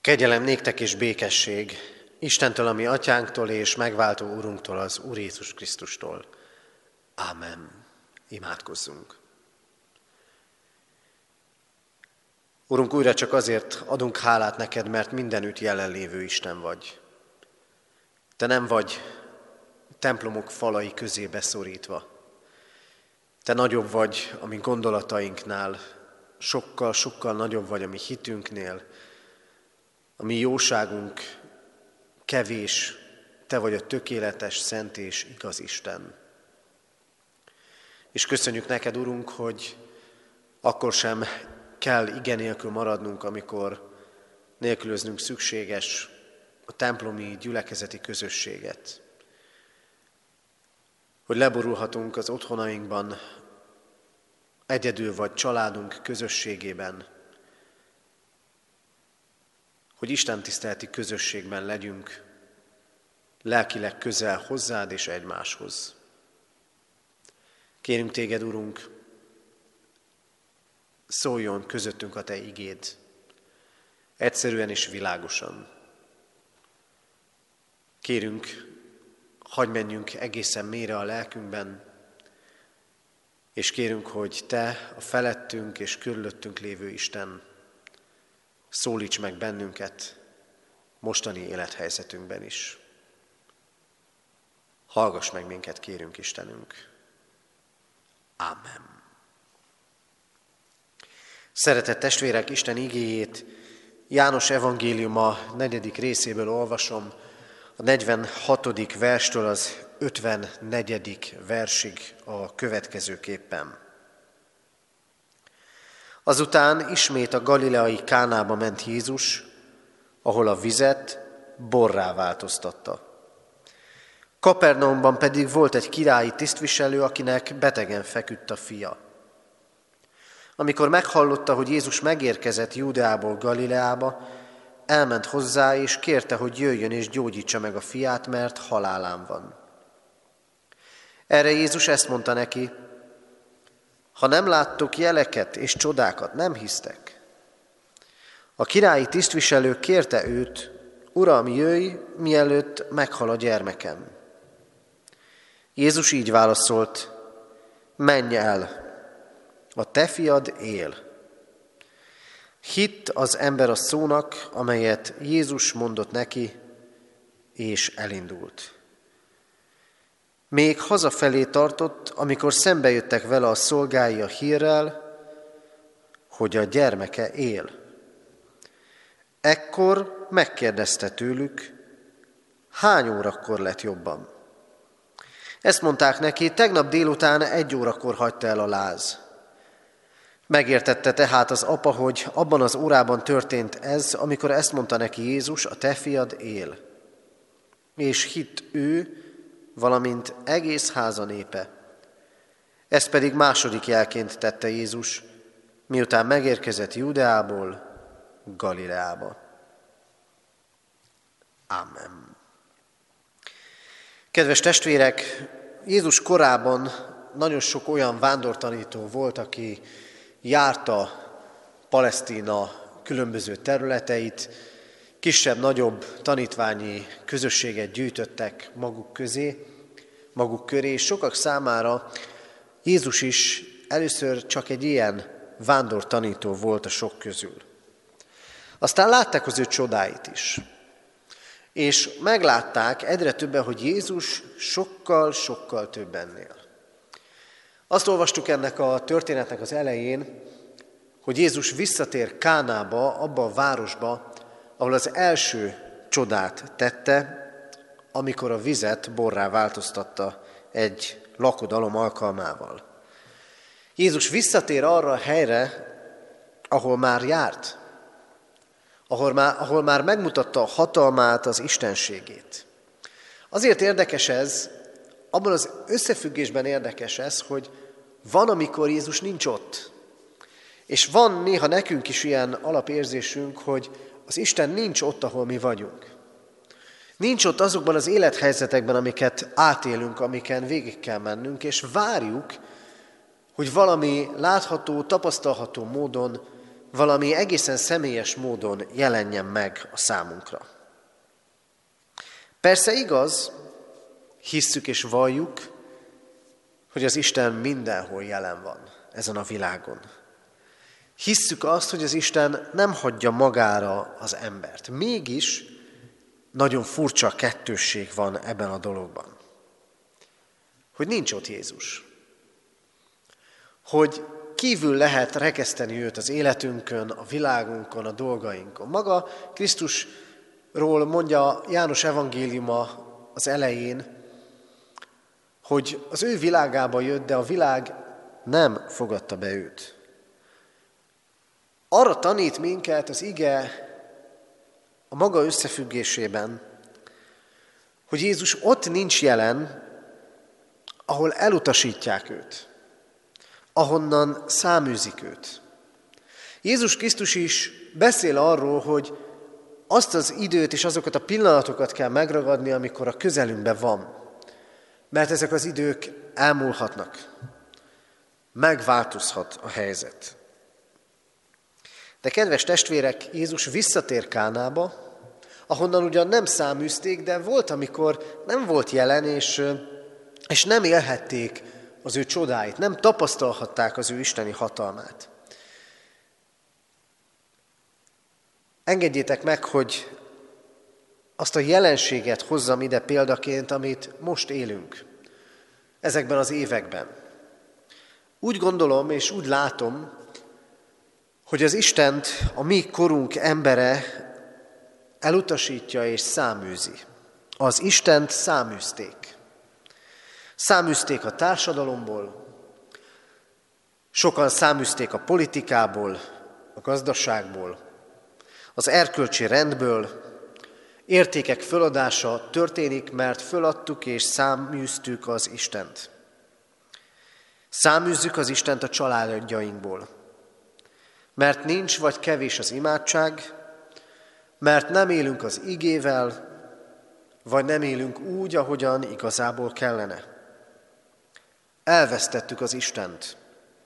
Kegyelem néktek és békesség Istentől, a mi atyánktól és megváltó Urunktól, az Úr Jézus Krisztustól. Ámen. Imádkozzunk. Urunk, újra csak azért adunk hálát neked, mert mindenütt jelenlévő Isten vagy. Te nem vagy templomok falai közé beszorítva. Te nagyobb vagy a mi gondolatainknál, sokkal nagyobb vagy a mi hitünknél. A mi jóságunk kevés, te vagy a tökéletes, szent és igaz Isten. És köszönjük neked, Urunk, hogy akkor sem kell ige nélkül maradnunk, amikor nélkülöznünk szükséges a templomi gyülekezeti közösséget. Hogy leborulhatunk az otthonainkban, egyedül vagy családunk közösségében, hogy Isten tiszteleti közösségben legyünk, lelkileg közel hozzád és egymáshoz. Kérünk téged, Urunk, szóljon közöttünk a te igéd, egyszerűen és világosan. Kérünk, hadd menjünk egészen mélyre a lelkünkben, és kérünk, hogy te, a felettünk és körülöttünk lévő Isten, szólíts meg bennünket mostani élethelyzetünkben is. Hallgass meg minket, kérünk, Istenünk. Ámen. Szeretett testvérek, Isten igéjét János evangéliuma 4. részéből olvasom, a 46. verstől az 54. versig a következőképpen. Azután ismét a galileai Kánába ment Jézus, ahol a vizet borrá változtatta. Kapernaumban pedig volt egy királyi tisztviselő, akinek betegen feküdt a fia. Amikor meghallotta, hogy Jézus megérkezett Júdeából Galileába, elment hozzá, és kérte, hogy jöjjön és gyógyítsa meg a fiát, mert halálán van. Erre Jézus ezt mondta neki: ha nem láttok jeleket és csodákat, nem hisztek. A királyi tisztviselő kérte őt: Uram, jöjj, mielőtt meghal a gyermekem. Jézus így válaszolt: menj el, a te fiad él. Hitt az ember a szónak, amelyet Jézus mondott neki, és elindult. Még hazafelé tartott, amikor szembejöttek vele a szolgái a hírrel, hogy a gyermeke él. Ekkor megkérdezte tőlük: hány órakor lett jobban? Ezt mondták neki: tegnap délután 1 órakor hagyta el a láz. Megértette tehát az apa, hogy abban az órában történt ez, amikor ezt mondta neki Jézus: a te fiad él. És hitt ő, valamint egész háza népe. Ezt pedig második jelként tette Jézus, miután megérkezett Júdeából Galileába. Ámen. Kedves testvérek, Jézus korában nagyon sok olyan vándortanító volt, aki járta Palesztina különböző területeit, kisebb-nagyobb tanítványi közösséget gyűjtöttek maguk köré, és sokak számára Jézus is először csak egy ilyen vándortanító volt a sok közül. Aztán látták az ő csodáit is, és meglátták egyre többen, hogy Jézus sokkal több ennél. Azt olvastuk ennek a történetnek az elején, hogy Jézus visszatér Kánába, abba a városba, ahol az első csodát tette, amikor a vizet borrá változtatta egy lakodalom alkalmával. Jézus visszatér arra a helyre, ahol már járt, ahol már megmutatta a hatalmát, az istenségét. Azért érdekes ez, abban az összefüggésben érdekes ez, hogy van, amikor Jézus nincs ott. És van néha nekünk is ilyen alapérzésünk, hogy az Isten nincs ott, ahol mi vagyunk. Nincs ott azokban az élethelyzetekben, amiket átélünk, amiken végig kell mennünk, és várjuk, hogy valami látható, tapasztalható módon valami egészen személyes módon jelenjen meg a számunkra. Persze igaz, hisszük és valljuk, hogy az Isten mindenhol jelen van ezen a világon. Hisszük azt, hogy az Isten nem hagyja magára az embert. Mégis nagyon furcsa kettősség van ebben a dologban. Hogy nincs ott Jézus. Hogy kívül lehet rekeszteni őt az életünkön, a világunkon, a dolgainkon. Maga Krisztusról mondja János evangéliuma az elején, hogy az ő világába jött, de a világ nem fogadta be őt. Arra tanít minket az ige a maga összefüggésében, hogy Jézus ott nincs jelen, ahol elutasítják őt, ahonnan száműzik őt. Jézus Krisztus is beszél arról, hogy azt az időt és azokat a pillanatokat kell megragadni, amikor a közelünkben van. Mert ezek az idők elmúlhatnak. Megváltozhat a helyzet. De kedves testvérek, Jézus visszatér Kánába, ahonnan ugyan nem száműzték, de volt, amikor nem volt jelen, és nem élhették az ő csodáit, nem tapasztalhatták az ő isteni hatalmát. Engedjétek meg, hogy azt a jelenséget hozzam ide példaként, amit most élünk, ezekben az években. Úgy gondolom és úgy látom, hogy az Istent a mi korunk embere elutasítja és száműzi. Az Istent száműzték. Száműzték a társadalomból, sokan száműzték a politikából, a gazdaságból, az erkölcsi rendből. Értékek föladása történik, mert föladtuk és száműztük az Istent. Száműzzük az Istent a családjainkból, mert nincs vagy kevés az imádság, mert nem élünk az igével, vagy nem élünk úgy, ahogyan igazából kellene. Elvesztettük az Istent.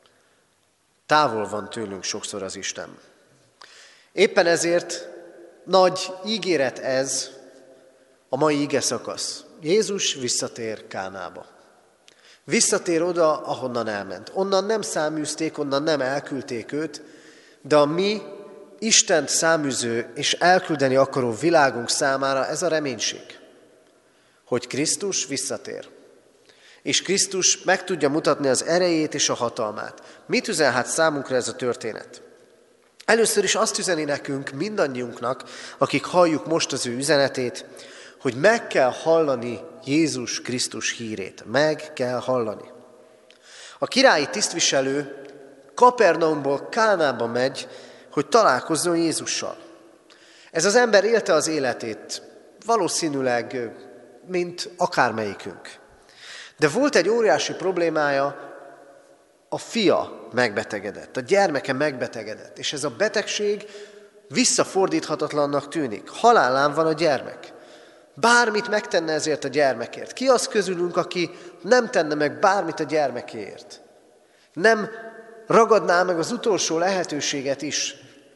Távol van tőlünk sokszor az Isten. Éppen ezért nagy ígéret ez a mai ige szakasz. Jézus visszatér Kánába. Visszatér oda, ahonnan elment. Onnan nem száműzték, onnan nem elküldték őt, de a mi Istent száműző és elküldeni akaró világunk számára ez a reménység, hogy Krisztus visszatér. És Krisztus meg tudja mutatni az erejét és a hatalmát. Mit üzen hát számunkra ez a történet? Először is azt üzeni nekünk, mindannyiunknak, akik halljuk most az ő üzenetét, hogy meg kell hallani Jézus Krisztus hírét. Meg kell hallani. A királyi tisztviselő Kapernaumból Kánába megy, hogy találkozzon Jézussal. Ez az ember élte az életét, valószínűleg, mint akármelyikünk. De volt egy óriási problémája, a fia megbetegedett, a gyermeke megbetegedett, és ez a betegség visszafordíthatatlannak tűnik. Halálán van a gyermek. Bármit megtenne ezért a gyermekért. Ki az közülünk, aki nem tenne meg bármit a gyermekéért? Nem ragadná meg az utolsó lehetőséget is.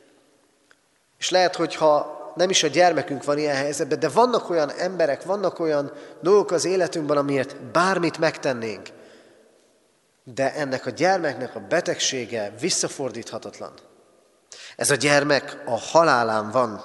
És lehet, hogyha nem is a gyermekünk van ilyen helyzetben, de vannak olyan emberek, vannak olyan dolgok az életünkben, amiért bármit megtennénk. De ennek a gyermeknek a betegsége visszafordíthatatlan. Ez a gyermek a halálán van.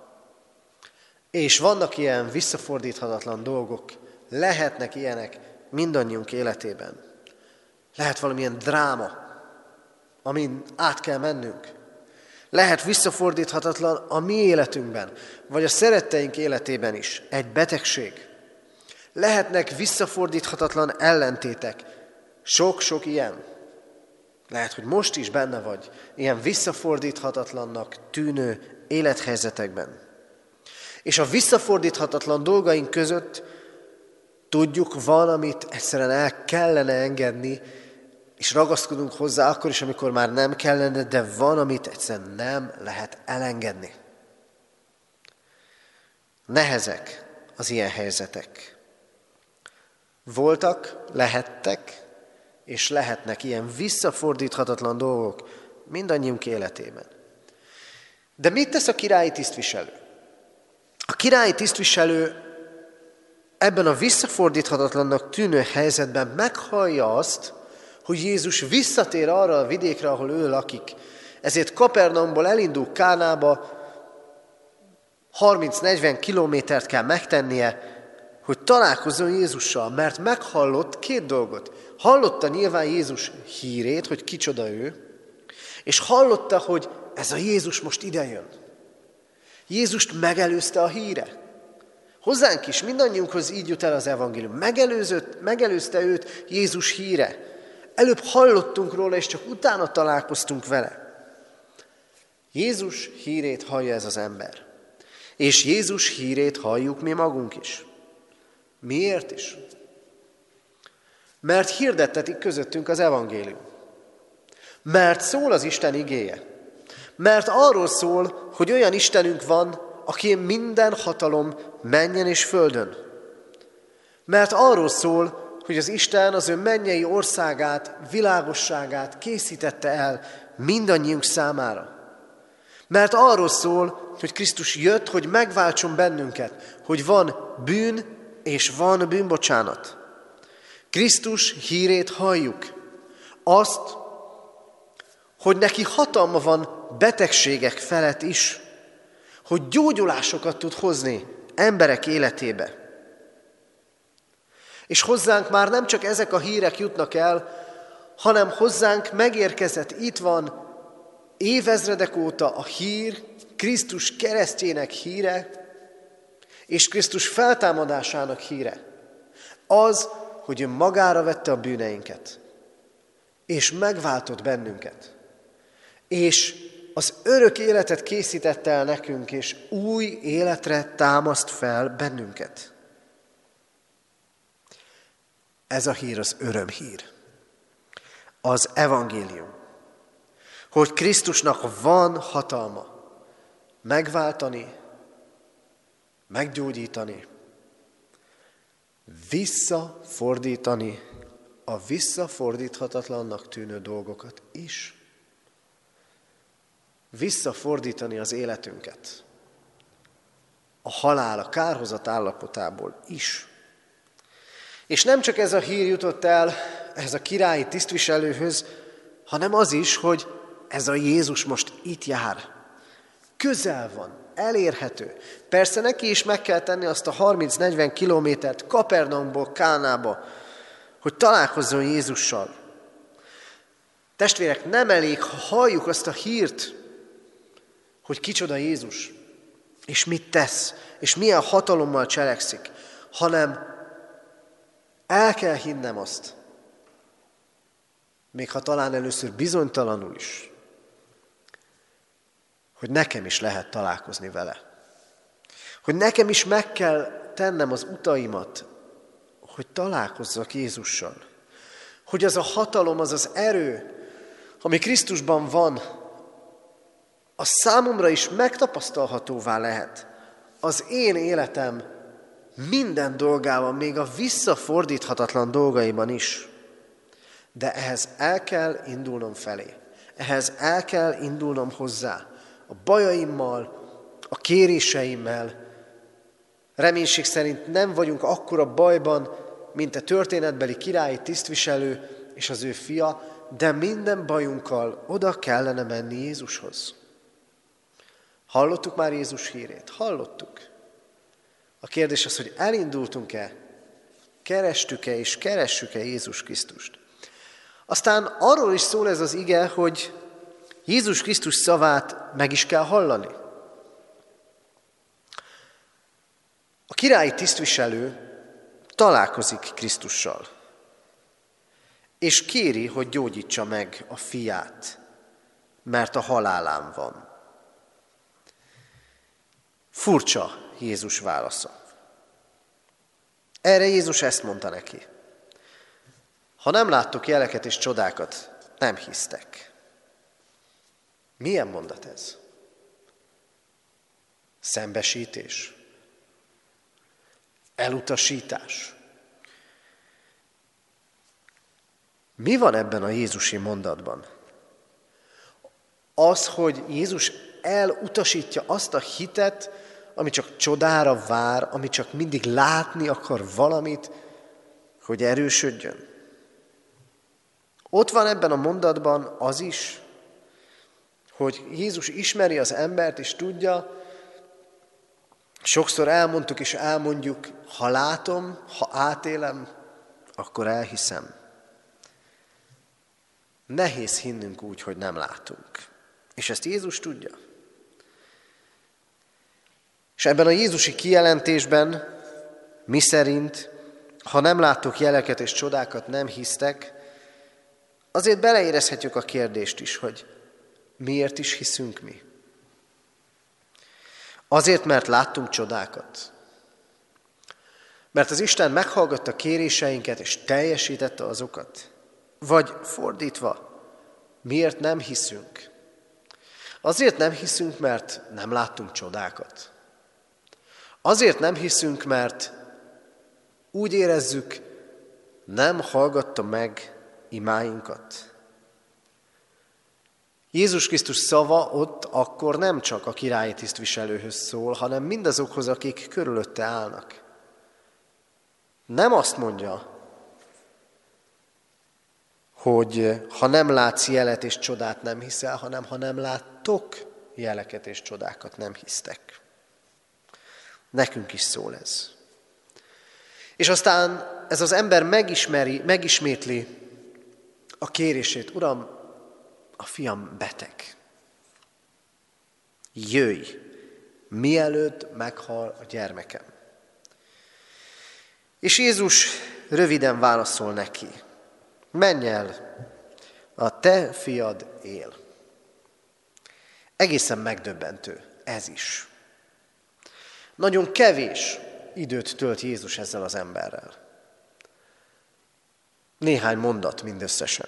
És vannak ilyen visszafordíthatatlan dolgok, lehetnek ilyenek mindannyiunk életében. Lehet valamilyen dráma, amin át kell mennünk. Lehet visszafordíthatatlan a mi életünkben, vagy a szeretteink életében is egy betegség. Lehetnek visszafordíthatatlan ellentétek, sok-sok ilyen. Lehet, hogy most is benne vagy ilyen visszafordíthatatlannak tűnő élethelyzetekben. És a visszafordíthatatlan dolgaink között tudjuk, van, amit egyszerűen el kellene engedni, és ragaszkodunk hozzá akkor is, amikor már nem kellene, de van, amit egyszerűen nem lehet elengedni. Nehezek az ilyen helyzetek. Voltak, lehettek, és lehetnek ilyen visszafordíthatatlan dolgok mindannyiunk életében. De mit tesz a királyi tisztviselő? A királyi tisztviselő ebben a visszafordíthatatlannak tűnő helyzetben meghallja azt, hogy Jézus visszatér arra a vidékre, ahol ő lakik. Ezért Kapernaumból elindul Kánába, 30-40 kilométert kell megtennie, hogy találkozzon Jézussal, mert meghallott két dolgot. Hallotta nyilván Jézus hírét, hogy kicsoda ő, és hallotta, hogy ez a Jézus most idejön. Jézust megelőzte a híre. Hozzánk is, mindannyiunkhoz így jut el az evangélium. Megelőzte őt Jézus híre. Előbb hallottunk róla, és csak utána találkoztunk vele. Jézus hírét hallja ez az ember. És Jézus hírét halljuk mi magunk is. Miért is? Mert hirdettetik közöttünk az evangélium. Mert szól az Isten igéje. Mert arról szól, hogy olyan Istenünk van, aki minden hatalom mennyen és földön. Mert arról szól, hogy az Isten az ő mennyei országát, világosságát készítette el mindannyiunk számára. Mert arról szól, hogy Krisztus jött, hogy megváltson bennünket, hogy van bűn és van bűnbocsánat. Krisztus hírét halljuk. Azt, hogy neki hatalma van betegségek felett is, hogy gyógyulásokat tud hozni emberek életébe. És hozzánk már nem csak ezek a hírek jutnak el, hanem hozzánk megérkezett, itt van évezredek óta a hír, Krisztus keresztjének híre, és Krisztus feltámadásának híre. Az, hogy ő magára vette a bűneinket, és megváltott bennünket, és az örök életet készítette el nekünk, és új életre támaszt fel bennünket. Ez a hír az örömhír. Az evangélium. Hogy Krisztusnak van hatalma megváltani, meggyógyítani, visszafordítani a visszafordíthatatlannak tűnő dolgokat is. Visszafordítani az életünket a halál, a kárhozat állapotából is. És nem csak ez a hír jutott el ez a királyi tisztviselőhöz, hanem az is, hogy ez a Jézus most itt jár. Közel van, elérhető. Persze neki is meg kell tenni azt a 30-40 kilométert Kapernaumból Kánába, hogy találkozzon Jézussal. Testvérek, nem elég, ha halljuk azt a hírt, hogy kicsoda Jézus, és mit tesz, és milyen hatalommal cselekszik, hanem el kell hinnem azt, még ha talán először bizonytalanul is, hogy nekem is lehet találkozni vele. Hogy nekem is meg kell tennem az utaimat, hogy találkozzak Jézussal. Hogy az a hatalom, az az erő, ami Krisztusban van, az számomra is megtapasztalhatóvá lehet. Az én életem minden dolgában, még a visszafordíthatatlan dolgaiban is. De ehhez el kell indulnom felé. Ehhez el kell indulnom hozzá. A bajaimmal, a kéréseimmel. Reménység szerint nem vagyunk akkora bajban, mint a történetbeli királyi tisztviselő és az ő fia, de minden bajunkkal oda kellene menni Jézushoz. Hallottuk már Jézus hírét? Hallottuk. A kérdés az, hogy elindultunk-e, kerestük-e és keressük-e Jézus Krisztust. Aztán arról is szól ez az ige, hogy Jézus Krisztus szavát meg is kell hallani. A királyi tisztviselő találkozik Krisztussal, és kéri, hogy gyógyítsa meg a fiát, mert a halálán van. Furcsa Jézus válasza. Erre Jézus ezt mondta neki. Ha nem láttok jeleket és csodákat, nem hisztek. Milyen mondat ez? Szembesítés? Elutasítás? Mi van ebben a Jézusi mondatban? Az, hogy Jézus elutasítja azt a hitet, ami csak csodára vár, ami csak mindig látni akar valamit, hogy erősödjön. Ott van ebben a mondatban az is, hogy Jézus ismeri az embert, és tudja, sokszor elmondtuk és elmondjuk, ha látom, ha átélem, akkor elhiszem. Nehéz hinnünk úgy, hogy nem látunk. És ezt Jézus tudja. És ebben a jézusi kijelentésben, miszerint, ha nem láttok jeleket és csodákat, nem hisztek, azért beleérezhetjük a kérdést is, hogy miért is hiszünk mi. Azért, mert láttunk csodákat. Mert az Isten meghallgatta kéréseinket és teljesítette azokat. Vagy fordítva, miért nem hiszünk? Azért nem hiszünk, mert nem láttunk csodákat. Azért nem hiszünk, mert úgy érezzük, nem hallgatta meg imáinkat. Jézus Krisztus szava ott akkor nem csak a királyi tisztviselőhöz szól, hanem mindazokhoz, akik körülötte állnak. Nem azt mondja, hogy ha nem látsz jelet és csodát, nem hiszel, hanem ha nem láttok jeleket és csodákat, nem hisztek. Nekünk is szól ez. És aztán ez az ember megismétli a kérését. Uram, a fiam beteg. Jöjj, mielőtt meghal a gyermekem. És Jézus röviden válaszol neki. Menj el, a te fiad él. Egészen megdöbbentő ez is. Nagyon kevés időt tölt Jézus ezzel az emberrel. Néhány mondat mindösszesen.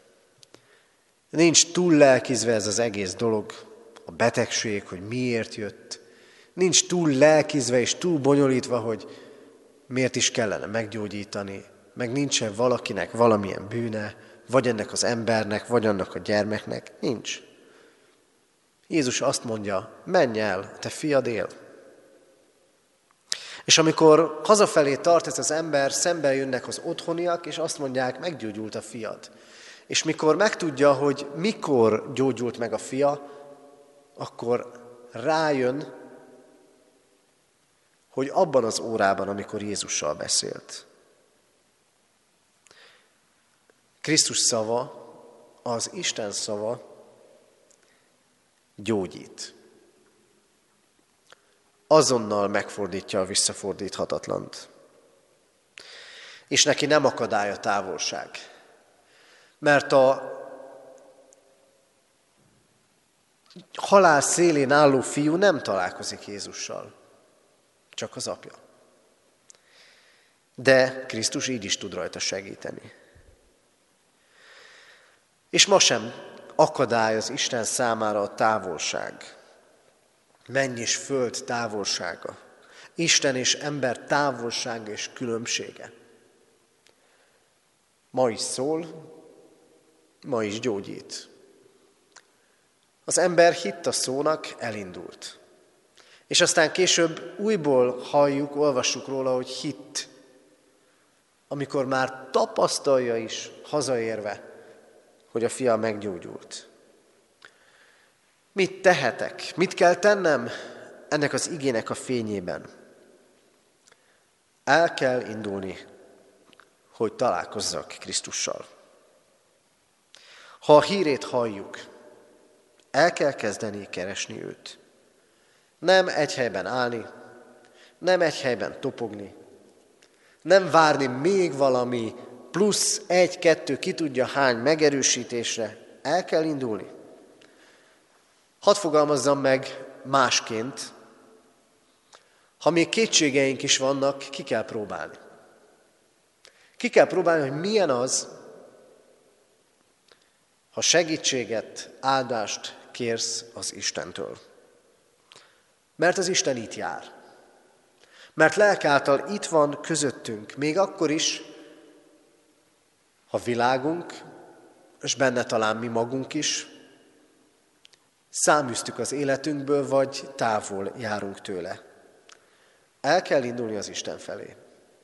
Nincs túl lelkizve ez az egész dolog, a betegség, hogy miért jött. Nincs túl lelkizve és túl bonyolítva, hogy miért is kellene meggyógyítani, meg nincsen valakinek valamilyen bűne, vagy ennek az embernek, vagy annak a gyermeknek. Nincs. Jézus azt mondja, menj el, te fiad él. És amikor hazafelé tart ez az ember, szembe jönnek az otthoniak, és azt mondják, meggyógyult a fiad. És mikor megtudja, hogy mikor gyógyult meg a fia, akkor rájön, hogy abban az órában, amikor Jézussal beszélt. Krisztus szava, az Isten szava gyógyít. Azonnal megfordítja a visszafordíthatatlant. És neki nem akadály a távolság. Mert a halál szélén álló fiú nem találkozik Jézussal, csak az apja. De Krisztus így is tud rajta segíteni. És ma sem akadály az Isten számára a távolság. Menny és föld távolsága. Isten és ember távolsága és különbsége. Ma is szól, ma is gyógyít. Az ember hitt a szónak, elindult. És aztán később újból halljuk, olvassuk róla, hogy hitt. Amikor már tapasztalja is, hazaérve, hogy a fia meggyógyult. Mit tehetek? Mit kell tennem ennek az igének a fényében? El kell indulni, hogy találkozzak Krisztussal. Ha a hírét halljuk, el kell kezdeni keresni őt. Nem egy helyben állni, nem egy helyben topogni, nem várni még valami plusz 1-2 ki tudja hány megerősítésre, el kell indulni. Hadd fogalmazzam meg másként, ha még kétségeink is vannak, ki kell próbálni. Ki kell próbálni, hogy milyen az, ha segítséget, áldást kérsz az Istentől. Mert az Isten itt jár. Mert lelke által itt van közöttünk, még akkor is, ha világunk, és benne talán mi magunk is, száműztük az életünkből, vagy távol járunk tőle. El kell indulni az Isten felé.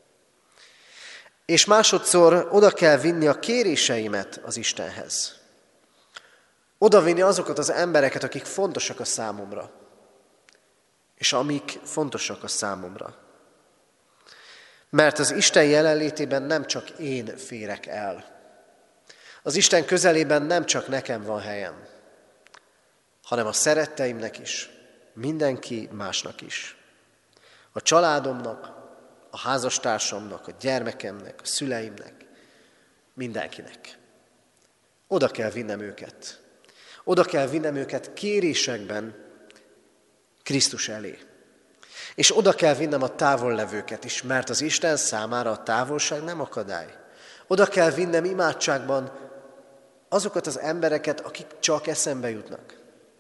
És másodszor oda kell vinni a kéréseimet az Istenhez. Oda vinni azokat az embereket, akik fontosak a számomra. És amik fontosak a számomra. Mert az Isten jelenlétében nem csak én férek el. Az Isten közelében nem csak nekem van helyem, hanem a szeretteimnek is, mindenki másnak is. A családomnak, a házastársamnak, a gyermekemnek, a szüleimnek, mindenkinek. Oda kell vinnem őket. Oda kell vinnem őket kérésekben Krisztus elé. És oda kell vinnem a távollevőket is, mert az Isten számára a távolság nem akadály. Oda kell vinnem imádságban azokat az embereket, akik csak eszembe jutnak.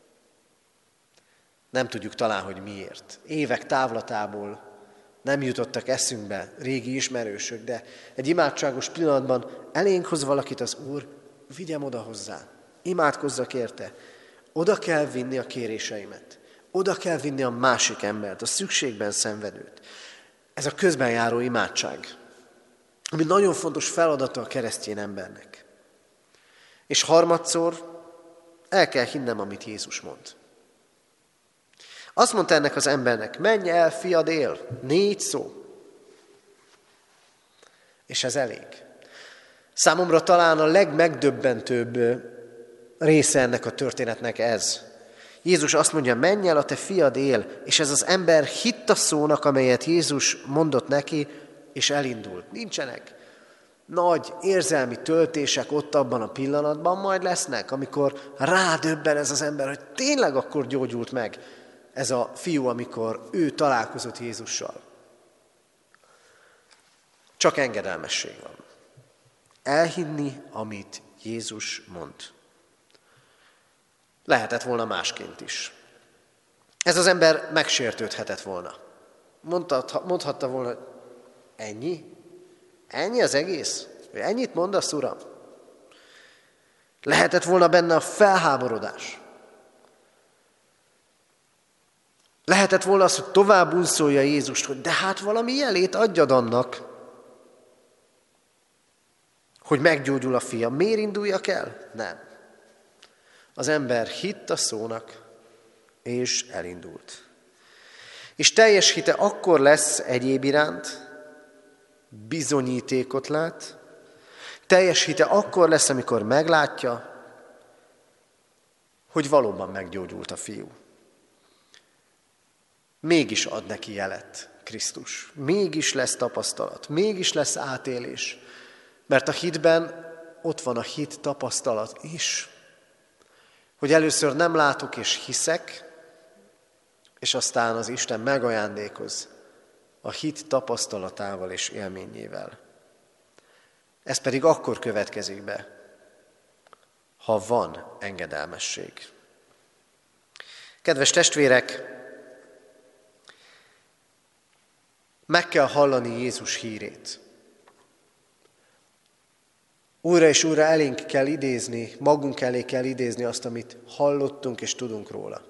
Nem tudjuk talán, hogy miért. Évek távlatából nem jutottak eszünkbe régi ismerősök, de egy imádságos pillanatban elénk hoz valakit az Úr, vigyem oda hozzá, imádkozzak érte. Oda kell vinni a kéréseimet. Oda kell vinni a másik embert, a szükségben szenvedőt. Ez a közben járó imádság, ami nagyon fontos feladata a keresztény embernek. És harmadszor el kell hinnem, amit Jézus mond. Azt mondta ennek az embernek, menj el, fiad él. 4 szó. És ez elég. Számomra talán a legmegdöbbentőbb része ennek a történetnek ez. Jézus azt mondja, menj el, a te fiad él, és ez az ember hitt a szónak, amelyet Jézus mondott neki, és elindult. Nincsenek nagy érzelmi töltések ott abban a pillanatban, majd lesznek, amikor rádöbben ez az ember, hogy tényleg akkor gyógyult meg ez a fiú, amikor ő találkozott Jézussal. Csak engedelmesség van. Elhinni, amit Jézus mond. Lehetett volna másként is. Ez az ember megsértődhetett volna. Mondhatta volna, ennyi? Ennyi az egész? Ennyit mondasz, Uram? Lehetett volna benne a felháborodás. Lehetett volna az, hogy tovább unszolja Jézust, hogy de hát valami jelét adjad annak, hogy meggyógyul a fia. Miért induljak el? Nem. Az ember hitt a szónak, és elindult. És teljes hite akkor lesz egyéb iránt, bizonyítékot lát, teljes hite akkor lesz, amikor meglátja, hogy valóban meggyógyult a fiú. Mégis ad neki jelet Krisztus. Mégis lesz tapasztalat, mégis lesz átélés. Mert a hitben ott van a hit tapasztalat is. Hogy először nem látok és hiszek, és aztán az Isten megajándékoz a hit tapasztalatával és élményével. Ez pedig akkor következik be, ha van engedelmesség. Kedves testvérek, meg kell hallani Jézus hírét. Újra és újra elénk kell idézni, magunk elé kell idézni azt, amit hallottunk és tudunk róla.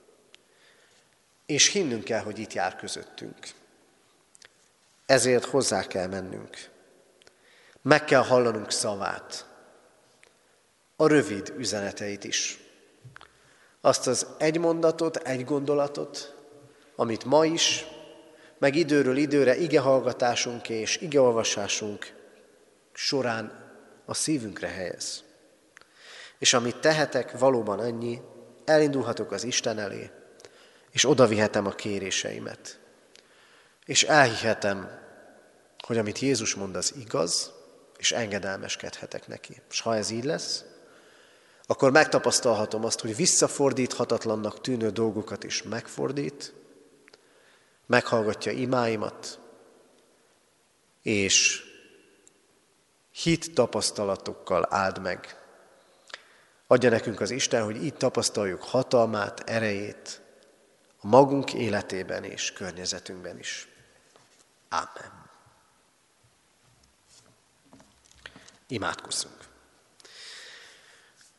És hinnünk kell, hogy itt jár közöttünk. Ezért hozzá kell mennünk. Meg kell hallanunk szavát, a rövid üzeneteit is. Azt az egy mondatot, egy gondolatot, amit ma is, meg időről időre igehallgatásunk és igeolvasásunk során a szívünkre helyez. És amit tehetek, valóban annyi, elindulhatok az Isten elé, és odavihetem a kéréseimet. És elhihetem, hogy amit Jézus mond, az igaz, és engedelmeskedhetek neki. És ha ez így lesz, akkor megtapasztalhatom azt, hogy visszafordíthatatlannak tűnő dolgokat is megfordít, meghallgatja imáimat, és hit tapasztalatokkal áld meg. Adja nekünk az Isten, hogy így tapasztaljuk hatalmát, erejét a magunk életében és környezetünkben is. Ámen. Imádkozzunk.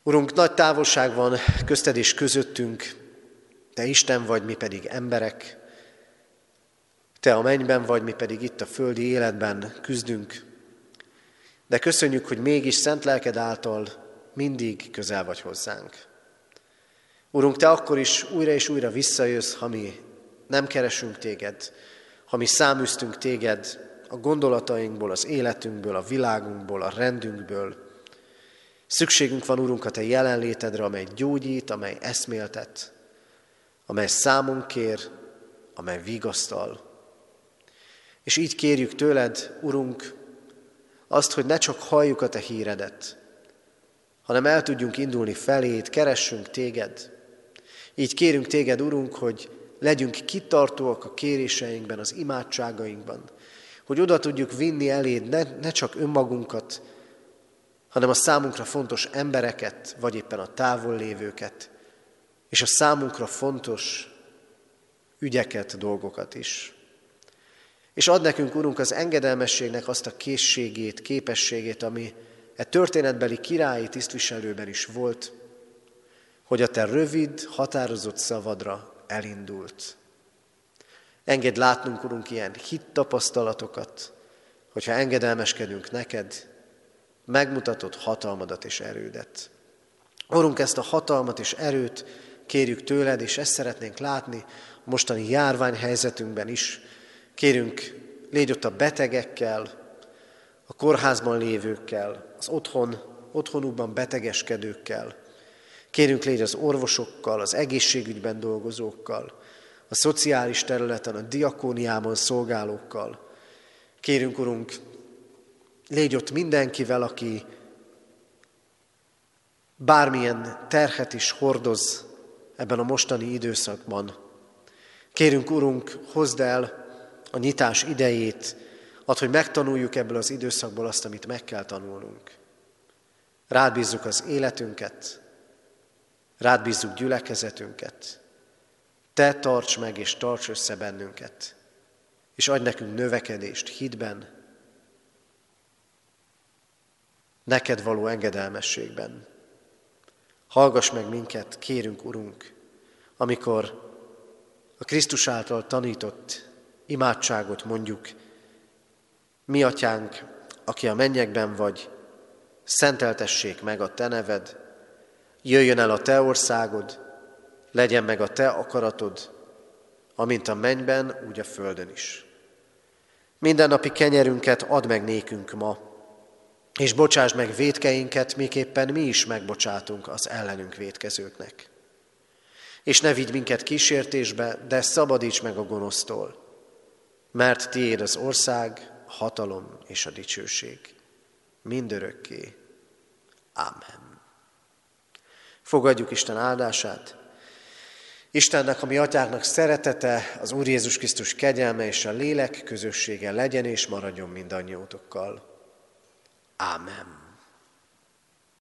Urunk, nagy távolság van közted és közöttünk, Te Isten vagy, mi pedig emberek. Te a mennyben vagy, mi pedig itt a földi életben küzdünk. De köszönjük, hogy mégis szent lelked által mindig közel vagy hozzánk. Urunk, Te akkor is újra és újra visszajössz, ha mi nem keresünk Téged, ha mi száműztünk Téged a gondolatainkból, az életünkből, a világunkból, a rendünkből. Szükségünk van, Urunk, a Te jelenlétedre, amely gyógyít, amely eszméltet, amely számon kér, amely vigasztal. És így kérjük tőled, Urunk, azt, hogy ne csak halljuk a Te híredet, hanem el tudjunk indulni feléd, keressünk Téged. Így kérünk Téged, Urunk, hogy legyünk kitartóak a kéréseinkben, az imádságainkban, hogy oda tudjuk vinni eléd ne csak önmagunkat, hanem a számunkra fontos embereket, vagy éppen a távol lévőket, és a számunkra fontos ügyeket, dolgokat is. És add nekünk, Urunk, az engedelmességnek azt a készségét, képességét, ami történetbeli királyi tisztviselőben is volt, hogy a Te rövid, határozott szavadra elindult. Engedd látnunk, Urunk, ilyen hittapasztalatokat, hogyha engedelmeskedünk neked, megmutatod hatalmadat és erődet. Urunk, ezt a hatalmat és erőt kérjük tőled, és ezt szeretnénk látni a mostani járványhelyzetünkben is. Kérünk, légy ott a betegekkel, a kórházban lévőkkel, az otthonukban betegeskedőkkel. Kérünk, légy az orvosokkal, az egészségügyben dolgozókkal, a szociális területen, a diakóniában szolgálókkal. Kérünk, Urunk, légy ott mindenkivel, aki bármilyen terhet is hordoz ebben a mostani időszakban. Kérünk, Urunk, hozd el a nyitás idejét, add, hogy megtanuljuk ebből az időszakból azt, amit meg kell tanulnunk. Rád bízzuk az életünket, rád bízzuk gyülekezetünket. Te tarts meg és tarts össze bennünket, és adj nekünk növekedést hitben, neked való engedelmességben. Hallgass meg minket, kérünk, Urunk, amikor a Krisztus által tanított imádságot mondjuk: Mi Atyánk, aki a mennyekben vagy, szenteltessék meg a Te neved, jöjjön el a Te országod, legyen meg a Te akaratod, amint a mennyben, úgy a földön is. Mindennapi kenyerünket add meg nékünk ma, és bocsásd meg vétkeinket, miképpen mi is megbocsátunk az ellenünk vétkezőknek. És ne vigy minket kísértésbe, de szabadíts meg a gonosztól, mert tiéd az ország, a hatalom és a dicsőség mindörökké. Ámen. Fogadjuk Isten áldását. Istennek, a mi Atyánknak szeretete, az Úr Jézus Krisztus kegyelme és a lélek közössége legyen és maradjon mindannyiótokkal. Ámen.